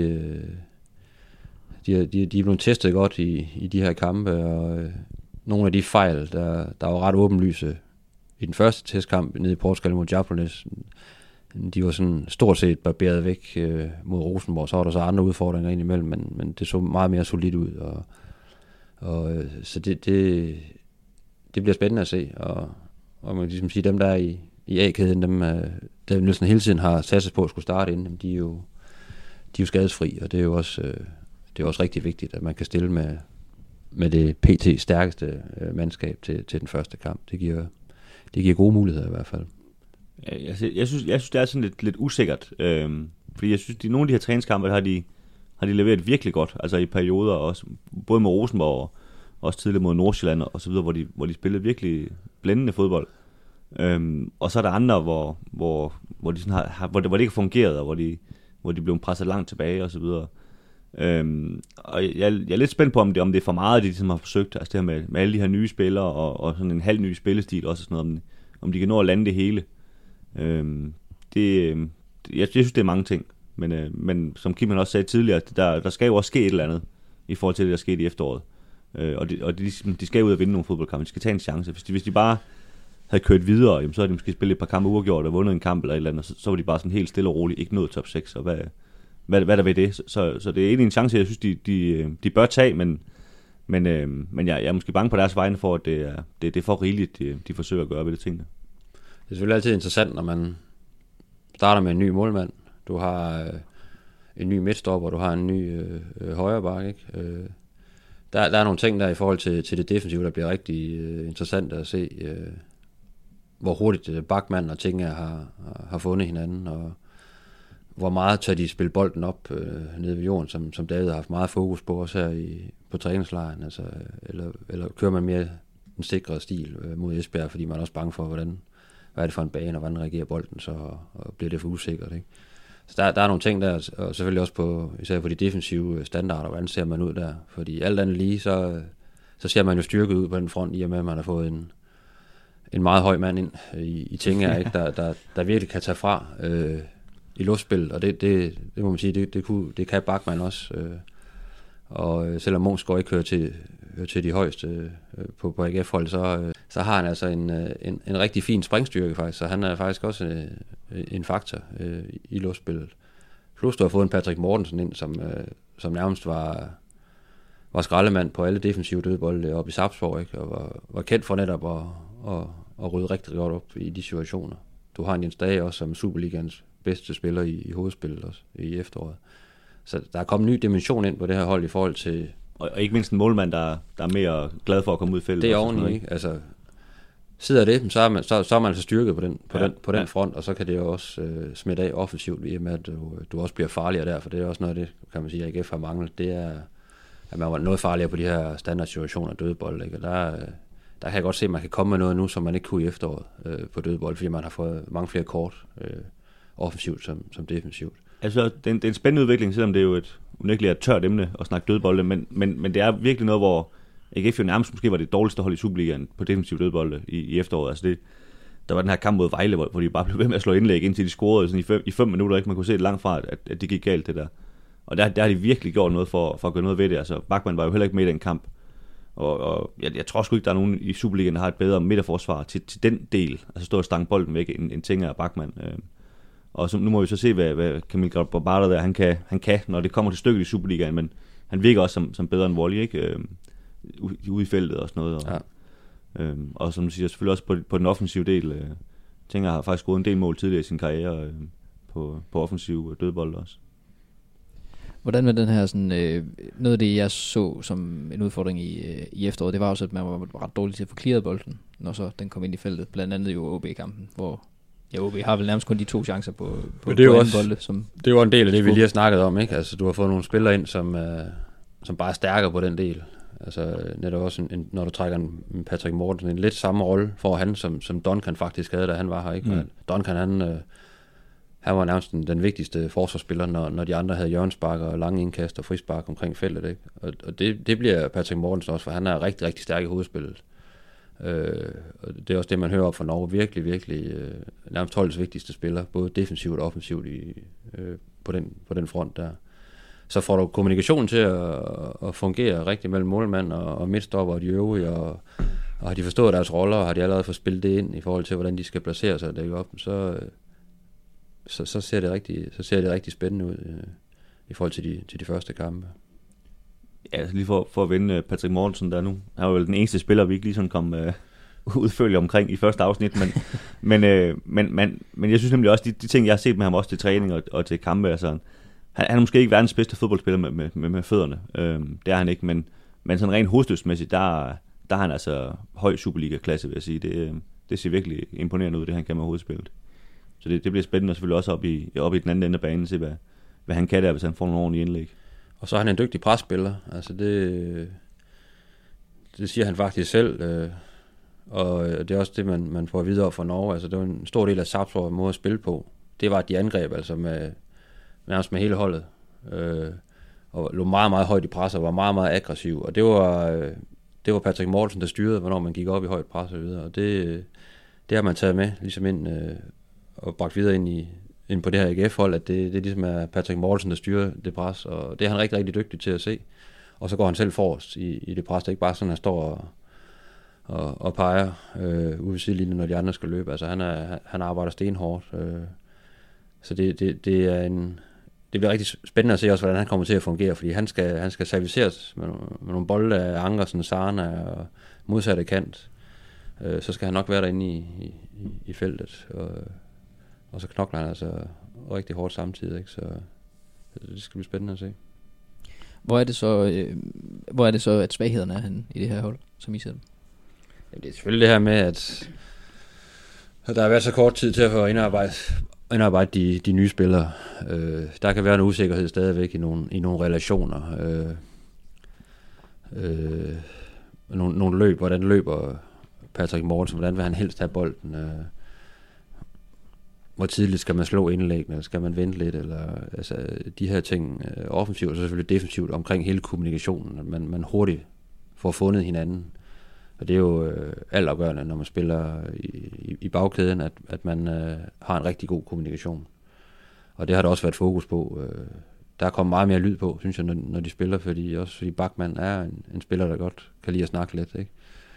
Speaker 3: De er blevet testet godt i de her kampe, og nogle af de fejl, der var ret åbenlyse i den første testkamp nede i Portugal mod Japones, de var sådan stort set barberet væk mod Rosenborg. Så var der så andre udfordringer indimellem, men det så meget mere solidt ud, og så det bliver spændende at se, og man kan ligesom sige, dem der er i A-kæden, dem der næsten hele tiden har satset på at skulle starte inden, de er jo skadesfri, og det er jo også rigtig vigtigt, at man kan stille med det PT stærkeste mandskab til den første kamp. Det giver gode muligheder i hvert fald.
Speaker 2: Jeg synes det er sådan lidt usikkert, fordi jeg synes, nogle af de her træningskampe har de leveret virkelig godt, altså i perioder også, både med Rosenborg og også tidligere mod Nordsjælland og så videre, hvor de spillede virkelig blændende fodbold. Og så er der andre, hvor de sådan hvor det ikke har fungeret, og hvor de blev presset langt tilbage og så videre. Og jeg er lidt spændt på, om det er for meget, de ligesom har forsøgt, altså det her med alle de her nye spillere og sådan en halv ny spillestil også, sådan noget, om de kan nå at lande det hele. Jeg synes, det er mange ting, men som Kim også sagde tidligere, der skal jo også ske et eller andet i forhold til det, der skete i efteråret. Og de skal ud og vinde nogle fodboldkampe, de skal tage en chance. Hvis de bare havde kørt videre, jamen, så havde de måske spillet et par kampe uafgjort og vundet en kamp eller et eller andet, så var de bare sådan helt stille og roligt, ikke nået top 6, og hvad der ved det? Så det er egentlig en chance, jeg synes, de bør tage, men jeg er måske bange på deres vegne for, at det er for rigeligt, de forsøger at gøre ved det tingene.
Speaker 3: Det er selvfølgelig altid interessant, når man starter med en ny målmand. Du har en ny midtstopper, du har en ny højre back, ikke? Der er nogle ting der i forhold til det defensive, der bliver rigtig interessant at se, hvor hurtigt Bachmann og Tinga har fundet hinanden, og hvor meget tør de spille bolden op nede ved jorden, som David har haft meget fokus på også her på træningslejren, altså, eller kører man mere en sikrere stil mod Esbjerg, fordi man er også bange for, hvad er det for en bane, og hvordan reagerer bolden, så og bliver det for usikkert, ikke? Så der er nogle ting der, og selvfølgelig også især på de defensive standarder, hvordan ser man ud der, fordi alt andet lige, så ser man jo styrket ud på den front, i og med, at man har fået en meget høj mand ind i Tinga, ikke? Der virkelig kan tage fra i luftspillet, og det må man sige, det kan Bachmann også, og selvom Munchsgaard ikke hører til de højeste på AGF-hold, så har han altså en rigtig fin springstyrke faktisk, så han er faktisk også en faktor i luftspillet. Plus du har fået en Patrick Mortensen ind, som nærmest var skraldemand på alle defensive dødbolde oppe i Sarpsborg, ikke? Og var kendt for netop at rydde rigtig godt op i de situationer. Du har en Jens Dage også som Superligans bedste spiller i hovedspillet også i efteråret. Så der er kommet en ny dimension ind på det her hold i forhold til...
Speaker 2: Og ikke mindst en målmand, der er mere glad for at komme ud i feltet.
Speaker 3: Det er oveni, ikke? Altså, sidder det, så er man altså styrket på den front, og så kan det jo også smitte af offensivt, i og med at du også bliver farligere der, for det er også noget af det, kan man sige, at AGF har manglet. Det er, at man var noget farligere på de her standardsituationer, dødebold, ikke? Og der kan jeg godt se, at man kan komme med noget nu, som man ikke kunne i efteråret på dødebold, fordi man har fået mange flere kort offensivt som defensivt.
Speaker 2: Altså, det er en spændende udvikling, selvom det er jo et unægteligt tørt emne at snakke dødbolde, men det er virkelig noget, hvor AGF jo nærmest måske var det dårligste hold i Superligaen på defensiv dødbolde i efteråret. Altså der var den her kamp mod Vejle, hvor de bare blev ved med at slå indlæg, indtil de scorede sådan i 5 minutter, ikke? Man kunne se det langt fra, at det gik galt, det der. Og der har de virkelig gjort noget for at gøre noget ved det. Altså, Bachmann var jo heller ikke med i den kamp. Og jeg tror sgu ikke, der er nogen i Superligaen, der har et bedre midterforsvar til den del. Altså stå og stange bolden væk, end Tinger og Bachmann. Og så, nu må vi så se, hvad Camille Grabbarda der, han kan, når det kommer til stykket i Superligaen. Men han virker også som bedre end Wally, ikke? Ude i feltet og sådan noget. Og, ja. Og som du siger, selvfølgelig også på den offensive del. Tinger har faktisk gået en del mål tidligere i sin karriere på offensiv dødbold også.
Speaker 1: Hvordan med den her, sådan, noget af det, jeg så som en udfordring i efteråret, det var også, at man var ret dårlig til at få clearet bolden, når så den kom ind i feltet. Blandt andet jo OB-kampen, hvor OB har vel nærmest kun de 2 chancer på
Speaker 3: det er
Speaker 1: anden bolde.
Speaker 3: Det er jo en del af det, vi lige har snakket om, ikke? Altså, du har fået nogle spillere ind, som bare er stærkere på den del. Altså, netop også, når du trækker en Patrick Mortensen, en lidt samme rolle for han, som Duncan faktisk havde, da han var her, ikke? Mm. Duncan, han var nærmest den vigtigste forsvarsspiller, når de andre havde hjørnespark og lange indkast og frispark omkring feltet, ikke? Og det bliver Patrick Mortensen også, for han er rigtig, rigtig stærk i hovedspillet. Og det er også det, man hører op fra Norge. Virkelig, virkelig nærmest holdets vigtigste spiller, både defensivt og offensivt på den front der. Så får du kommunikationen til at fungere rigtig mellem målmand og midtstopper og de øvrige, og har de forstået deres roller, og har de allerede fået spillet det ind i forhold til, hvordan de skal placere sig og dække op, så ser det rigtig spændende ud i forhold til de første kampe.
Speaker 2: Ja, altså lige for at vende Patrick Mortensen der nu. Han var jo den eneste spiller, vi ikke lige sådan kom udfølge omkring i første afsnit, men jeg synes nemlig også, de ting, jeg har set med ham også til træning og til kampe, altså, han er måske ikke verdens bedste fodboldspiller med fødderne. Det er han ikke, men sådan rent hovedstødsmæssigt, der er han altså høj Superliga-klasse, vil jeg sige. Det ser virkelig imponerende ud, det han kan med hovedspillet. Så det bliver spændende, og selvfølgelig også op i den anden ende af banen, se hvad han kan der, hvis han får nogle ordentlige indlæg.
Speaker 3: Og så er han en dygtig presspiller. Altså det siger han faktisk selv, og det er også det, man får videre fra Norge. Altså det var en stor del af Sarpsborgs måde at spille på. Det var, at de angreb altså nærmest med hele holdet, og lå meget, meget højt i pres og var meget, meget aggressiv. Og det var Patrick Mortensen, der styrede, hvornår man gik op i højt pres og videre. Og det har man taget med ligesom ind og bragt videre ind på det her AGF-hold, at det ligesom er Patrick Mortensen, der styrer det pres, og det er han rigtig, rigtig dygtig til at se. Og så går han selv forrest i det pres. Det er ikke bare sådan, at han står og peger ude ved sidelinjen, når de andre skal løbe. Altså han arbejder stenhårdt. Så det bliver rigtig spændende at se også, hvordan han kommer til at fungere, fordi han skal serviceres med nogle bolde af Ankersen, Sarna og modsatte kant. Så skal han nok være derinde i feltet, og så knokler han altså rigtig hårdt samtidig, ikke? Så det skal blive spændende at se.
Speaker 1: Hvor er det så, at svaghederne er henne i det her hold, som I ser dem?
Speaker 3: Jamen, det er selvfølgelig det her med, at der har været så kort tid til at få indarbejde de nye spillere. Der kan være en usikkerhed stadigvæk i nogle relationer. Nogle løb, hvordan løber Patrick Mortensen, hvordan vil han helst have bolden? Hvor tidligt skal man slå indlæggene, eller skal man vente lidt, eller altså de her ting offensivt, og så selvfølgelig defensivt omkring hele kommunikationen, at man hurtigt får fundet hinanden. Og det er jo altafgørende, når man spiller i bagkæden, at man har en rigtig god kommunikation. Og det har der også været fokus på. Der er kommet meget mere lyd på, synes jeg, når de spiller, fordi Bachmann er en spiller, der godt kan lide at snakke lidt, ikke?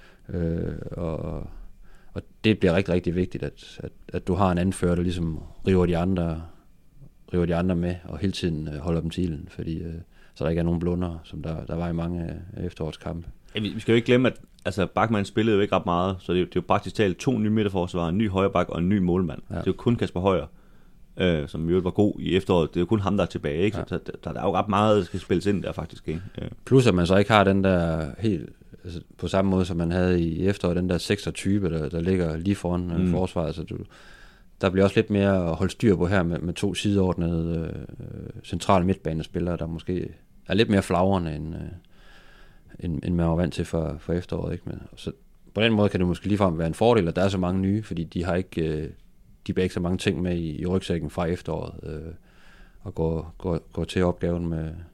Speaker 3: Og det bliver rigtig, rigtig vigtigt, at du har en anfører, der ligesom river de andre med, og hele tiden holder dem til ilden, fordi så der ikke er nogen blunder, som der var i mange efterårskampe.
Speaker 2: Ja, vi skal jo ikke glemme, at altså, Bachmann spillede jo ikke ret meget, så det er jo praktisk talt 2 nye midterforsvarer, en ny højreback og en ny målmand. Ja. Det er jo kun Kasper Højer, som jo var god i efteråret. Det er jo kun ham, der er tilbage, ikke? Ja. Så der er jo ret meget, der skal spilles ind der faktisk, ikke?
Speaker 3: Plus at man så ikke har den der helt, altså, på samme måde som man havde i efteråret, den der 6'er-type, der ligger lige foran forsvaret, så der bliver også lidt mere at holde styr på her med 2 sideordnede centrale midtbanespillere, der måske er lidt mere flagrende end man var vant til for efteråret, ikke? Men, så på den måde kan det måske ligefrem være en fordel, at der er så mange nye, fordi de har ikke de bærer ikke så mange ting med i rygsækken fra efteråret, og går til opgaven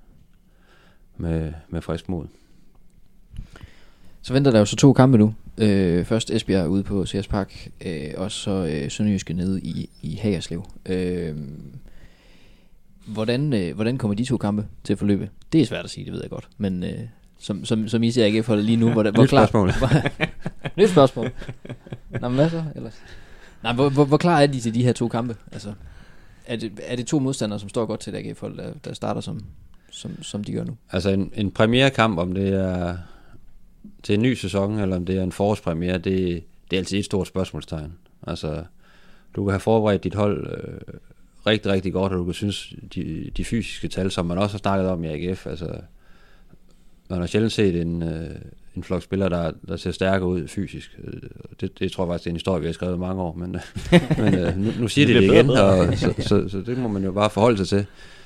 Speaker 3: med frisk mod.
Speaker 1: Så venter der jo så 2 kampe nu. Først Esbjerg ude på CS Park, og så Sønderjyske nede i Hagerslev. Hvordan kommer de 2 kampe til at forløbe? Det er svært at sige, det ved jeg godt. Men som I ser ikke for lige nu, hvor klar... Nyt spørgsmål. Nå, men hvad så ellers? Nej, hvor klar er de til de her 2 kampe? Altså, er det 2 modstandere, som står godt til et AGF-hold, der starter som de gør nu?
Speaker 3: Altså en premierekamp, om det er til en ny sæson, eller om det er en forårspremiere, det er altid et stort spørgsmålstegn. Altså, du kan have forberedt dit hold rigtig, rigtig godt, og du kan synes, de fysiske tal, som man også har snakket om i AGF, altså, man har sjældent set en flok spillere, der ser stærkere ud fysisk. Det tror jeg faktisk, det er en historie, vi har skrevet i mange år, men nu siger de det igen, og så det må man jo bare forholde sig til.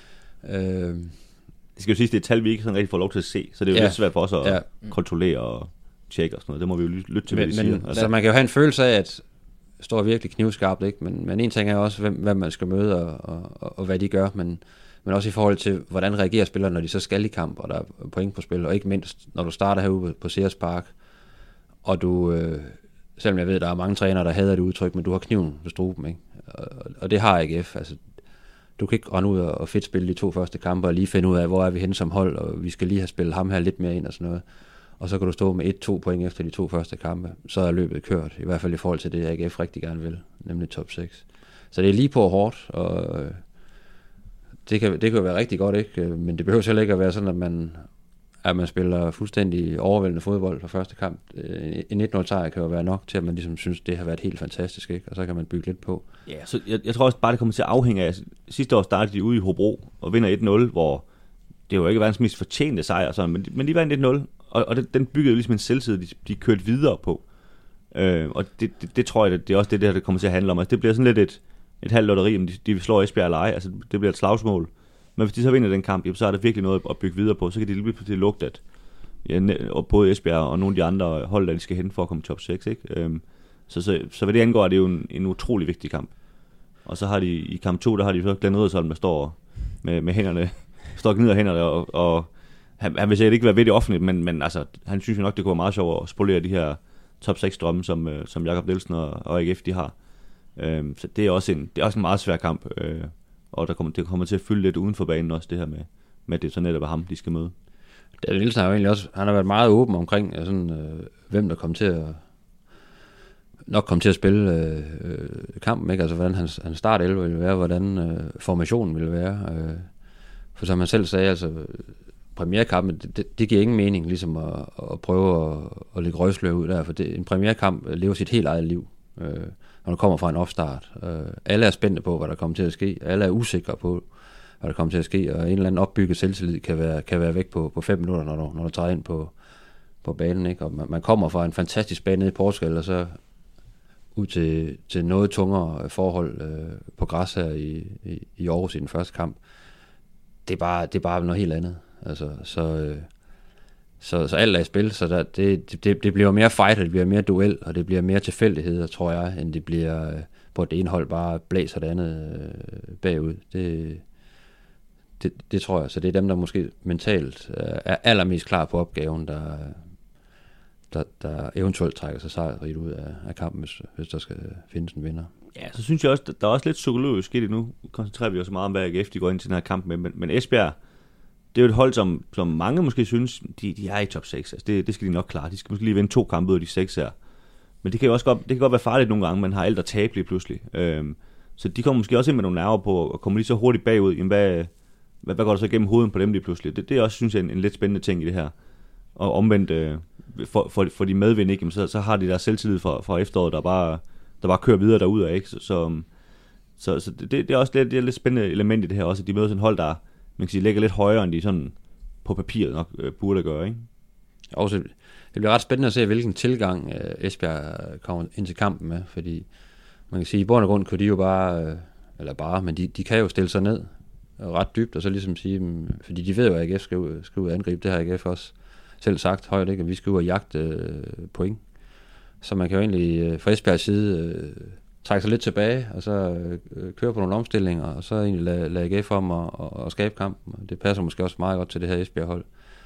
Speaker 2: Det skal jo sige, det er et tal, vi ikke sådan rigtig får lov til at se, så det er jo lidt svært for os at kontrollere og tjekke og sådan noget. Det må vi jo lytte til, hvad de siger.
Speaker 3: Altså, så man kan jo have en følelse af, at det står virkelig knivskarpt, ikke? Men en ting er også, hvem man skal møde og hvad de gør, men også i forhold til, hvordan reagerer spillerne, når de så skal i kamp, og der er point på spil, og ikke mindst, når du starter herude på CS Park, og du, selvom jeg ved, der er mange trænere, der hader det udtryk, men du har kniven ved struben, ikke? Og det har AGF, altså, du kan ikke rende ud og fedt spille de 2 første kampe, og lige finde ud af, hvor er vi henne som hold, og vi skal lige have spillet ham her lidt mere ind og sådan noget. Og så kan du stå med 1-2 point efter de 2 første kampe, så er løbet kørt, i hvert fald i forhold til det, AGF rigtig gerne vil, nemlig top 6. Så det er lige på hårdt, og det kan jo være rigtig godt, ikke? Men det behøver heller ikke at være sådan, at man spiller fuldstændig overvældende fodbold for første kamp. En 1-0-sejr kan jo være nok til, at man ligesom synes, det har været helt fantastisk, ikke? Og så kan man bygge lidt på.
Speaker 2: Ja, så jeg tror også bare, det kommer til at afhænge af, sidste år startede de ude i Hobro og vinder 1-0, hvor det jo ikke verdens mest fortjente sejr, sådan, men de vandt 1-0, og den byggede ligesom en selvtid, de kørte videre på. Og det tror jeg, det er også det her, det kommer til at handle om. Altså, det bliver sådan lidt et halvt lotteri, om de slår Esbjerg eller ej. Altså, det bliver et slagsmål. Men hvis de så vinder den kamp, så er der virkelig noget at bygge videre på. Så kan de lige pludselig lugte, at og både Esbjerg og nogle af de andre hold, der de skal hen for at komme top 6. Ikke? Så hvad det angår, er det jo en utrolig vigtig kamp. Og så har de i kamp 2, der har de så Glenn Riddersholm, der står med hænderne, står og gnider hænderne, og han vil sikkert ikke være ved det offentligt, men altså, han synes jo nok, det kunne være meget sjovt at spolere de her top 6 drømme, som Jakob Nielsen og AGF, de har. Så det er også en meget svær kamp, og det kommer til at fylde lidt uden for banen også, det her med det så netop er ham, de skal møde.
Speaker 3: David Nielsen har jo egentlig også, han har været meget åben omkring, sådan, hvem der kommer til at spille kampen, ikke? Altså hvordan hans startelve ville være, hvordan formationen ville være. For som han selv sagde, altså premierkampen, det giver ingen mening ligesom at prøve at lægge røgslør ud der, for en premierkamp lever sit helt eget liv, når du kommer fra en opstart. Alle er spændte på, hvad der kommer til at ske. Alle er usikre på, hvad der kommer til at ske, og en eller anden opbygget selvtillid kan være væk på 5 minutter, når du træder ind på banen, ikke? Og man kommer fra en fantastisk bane nede i Portugal, og så ud til noget tungere forhold på græs her i Aarhus i den første kamp. Det er bare noget helt andet. Altså, så alt er i spil, så det bliver mere fight, det bliver mere duel, og det bliver mere tilfældigheder, tror jeg, end det bliver, hvor det ene hold bare blæser det andet bagud. Det tror jeg. Så det er dem, der måske mentalt er allermest klar på opgaven, der eventuelt trækker sig sejrigt ud af kampen, hvis der skal findes en vinder.
Speaker 2: Ja, så synes jeg også, der er også lidt psykologisk i det nu. Koncentrerer vi os meget om, hvad AGF de går ind til den her kamp med. Men Esbjerg, det er jo et hold, som mange måske synes, de er i top 6. Altså det skal de nok klare. De skal måske lige vinde 2 kampe ud af de 6 her. Men det kan jo også godt være farligt nogle gange, man har alt at tabe lige pludselig. Så de kommer måske også ind med nogle nerver på at komme lige så hurtigt bagud. Jamen, hvad går der så igennem hovedet på dem lige pludselig? Det er også, synes jeg, en lidt spændende ting i det her. Og omvendt, for de medvind, ikke? Så har de der selvtillid fra efteråret, der bare kører videre derudad, ikke? Så det er også det er lidt spændende element i det her også, at de møder sådan en hold, der man kan sige, ligger lidt højere, end de sådan på papiret nok burde gøre, ikke?
Speaker 3: Også, det bliver ret spændende at se, hvilken tilgang Esbjerg kommer ind til kampen med, fordi man kan sige, i bund og grund kunne de jo men de kan jo stille sig ned ret dybt, og så ligesom sige, fordi de ved jo, at AGF skal ud og angribe, det har AGF også selv sagt højt, ikke? At vi skal ud og jagte point. Så man kan jo egentlig fra Esbjergs side trække sig lidt tilbage, og så køre på nogle omstillinger, og så egentlig lade AGF om at skabe kampen. Det passer måske også meget godt til det her Esbjerg-hold.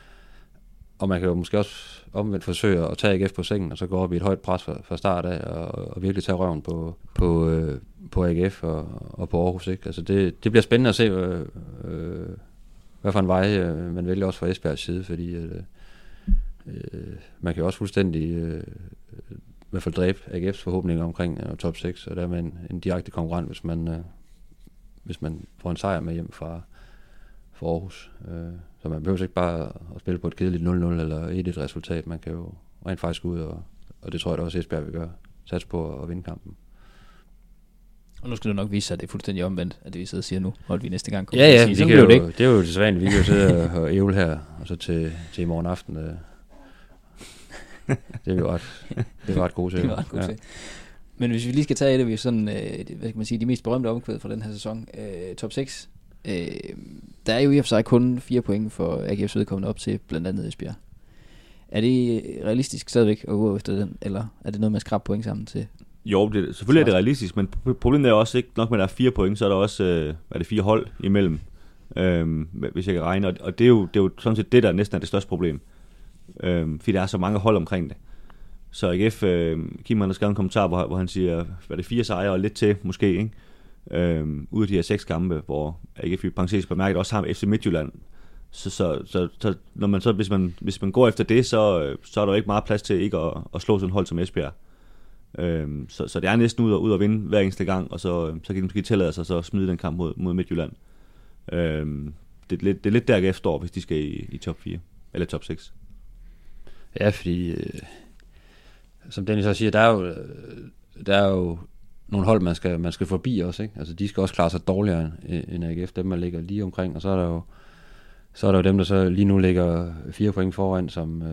Speaker 3: Og man kan jo måske også omvendt forsøge at tage AGF på sengen, og så gå op i et højt pres fra start af, og virkelig tage røven på AGF og på Aarhus, ikke? Altså det bliver spændende at se, hvad for en vej man vælger også fra Esbjergs side, fordi man kan jo også fuldstændig i hvert fald dræbe AGF's forhåbninger omkring top 6, og dermed en direkte konkurrent, hvis man får en sejr med hjem fra Aarhus. Så man behøver ikke bare at spille på et kedeligt 0-0 eller 1-1 resultat. Man kan jo rent faktisk ud, og det tror jeg da også Esbjerg vil gøre. Sats på at vinde kampen. Og
Speaker 1: nu skal det nok vise sig, at det er fuldstændig omvendt, at det vi sidder og siger nu, og at vi næste gang kommer
Speaker 3: til at sige. Det er jo desværre, vi kan jo sidde og ævle her, og så til i morgen aften. Det er jo ret gode til.
Speaker 1: Ja. Men hvis vi lige skal tage et af sådan, hvad kan man sige, de mest berømte omkvæd fra den her sæson, top 6, der er jo i og for sig kun 4 point for AGF's vedkommende op til blandt andet Esbjerg. Er det realistisk stadigvæk at gå efter den, eller er det noget med at skrabe point sammen til?
Speaker 2: Jo, selvfølgelig er det realistisk, men problemet er også ikke nok med, at der er 4 point, så er der også 4 hold imellem, hvis jeg kan regne, og det er jo sådan set det, der næsten er det største problem. Fordi der er så mange hold omkring det. Så AGF, Kim har skrevet en kommentar, hvor han siger, hvad det 4 sejre og lidt til, måske, ikke? Ud af de her 6 kampe, hvor AGF i parentes bemærket også har FC Midtjylland. Så når man så, hvis man går efter det, så er der jo ikke meget plads til ikke at slå sådan et hold som Esbjerg. Så det er næsten ud at vinde hver eneste gang, og så kan de måske tillade sig så at smide den kamp mod Midtjylland. Det er lidt der AGF står, hvis de skal i top 4, eller top 6.
Speaker 3: Ja, fordi som Dennis så siger, der er jo nogle hold, man skal forbi også, ikke? Altså de skal også klare sig dårligere end AGF, dem man ligger lige omkring, og så er der jo dem, der så lige nu ligger 4 point foran,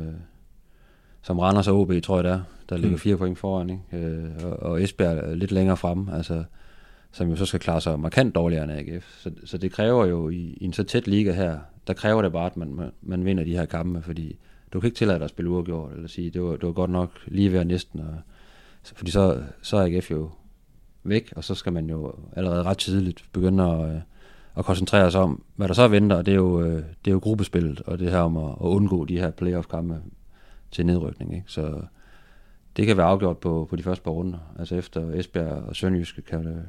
Speaker 3: som Randers og OB, tror jeg der ligger 4 point foran, ikke? Og Esbjerg er lidt længere fremme, altså som jo så skal klare sig markant dårligere end AGF. Så det kræver jo i en så tæt liga her, der kræver det bare, at man vinder de her kampe, fordi du kan ikke tillade dig at spille uafgjort, eller sige, det var godt nok lige ved næsten, fordi så er AGF jo væk, og så skal man jo allerede ret tidligt begynde at koncentrere sig om, hvad der så venter, og det er jo gruppespillet, og det her om at undgå de her playoff-kampe til nedrykning, ikke? Så det kan være afgjort på de første par runder, altså efter Esbjerg og Sønderjyske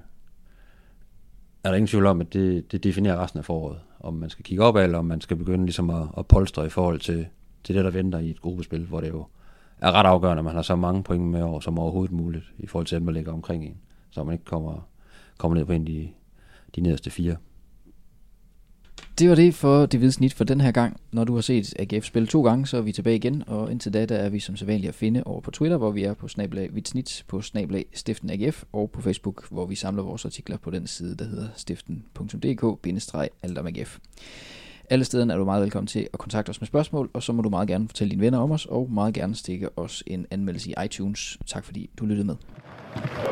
Speaker 3: er der ingen tvivl om, at det definerer resten af foråret, om man skal kigge opad, eller om man skal begynde ligesom at polstre i forhold til det, der venter i et gruppespil, hvor det jo er ret afgørende, at man har så mange point med over, som overhovedet muligt, i forhold til at man ligger omkring en, så man ikke kommer ned på en af de nederste 4.
Speaker 1: Det var det for det hvide snit for den her gang. Når du har set AGF spille 2 gange, så er vi tilbage igen, og indtil da, der er vi som sædvanligt at finde over på Twitter, hvor vi er på @hvidsnit, på @stiften.agf, og på Facebook, hvor vi samler vores artikler på den side, der hedder stiften.dk-alt-om-AGF. Alle stederne er du meget velkommen til at kontakte os med spørgsmål, og så må du meget gerne fortælle dine venner om os, og meget gerne stikke os en anmeldelse i iTunes. Tak fordi du lyttede med.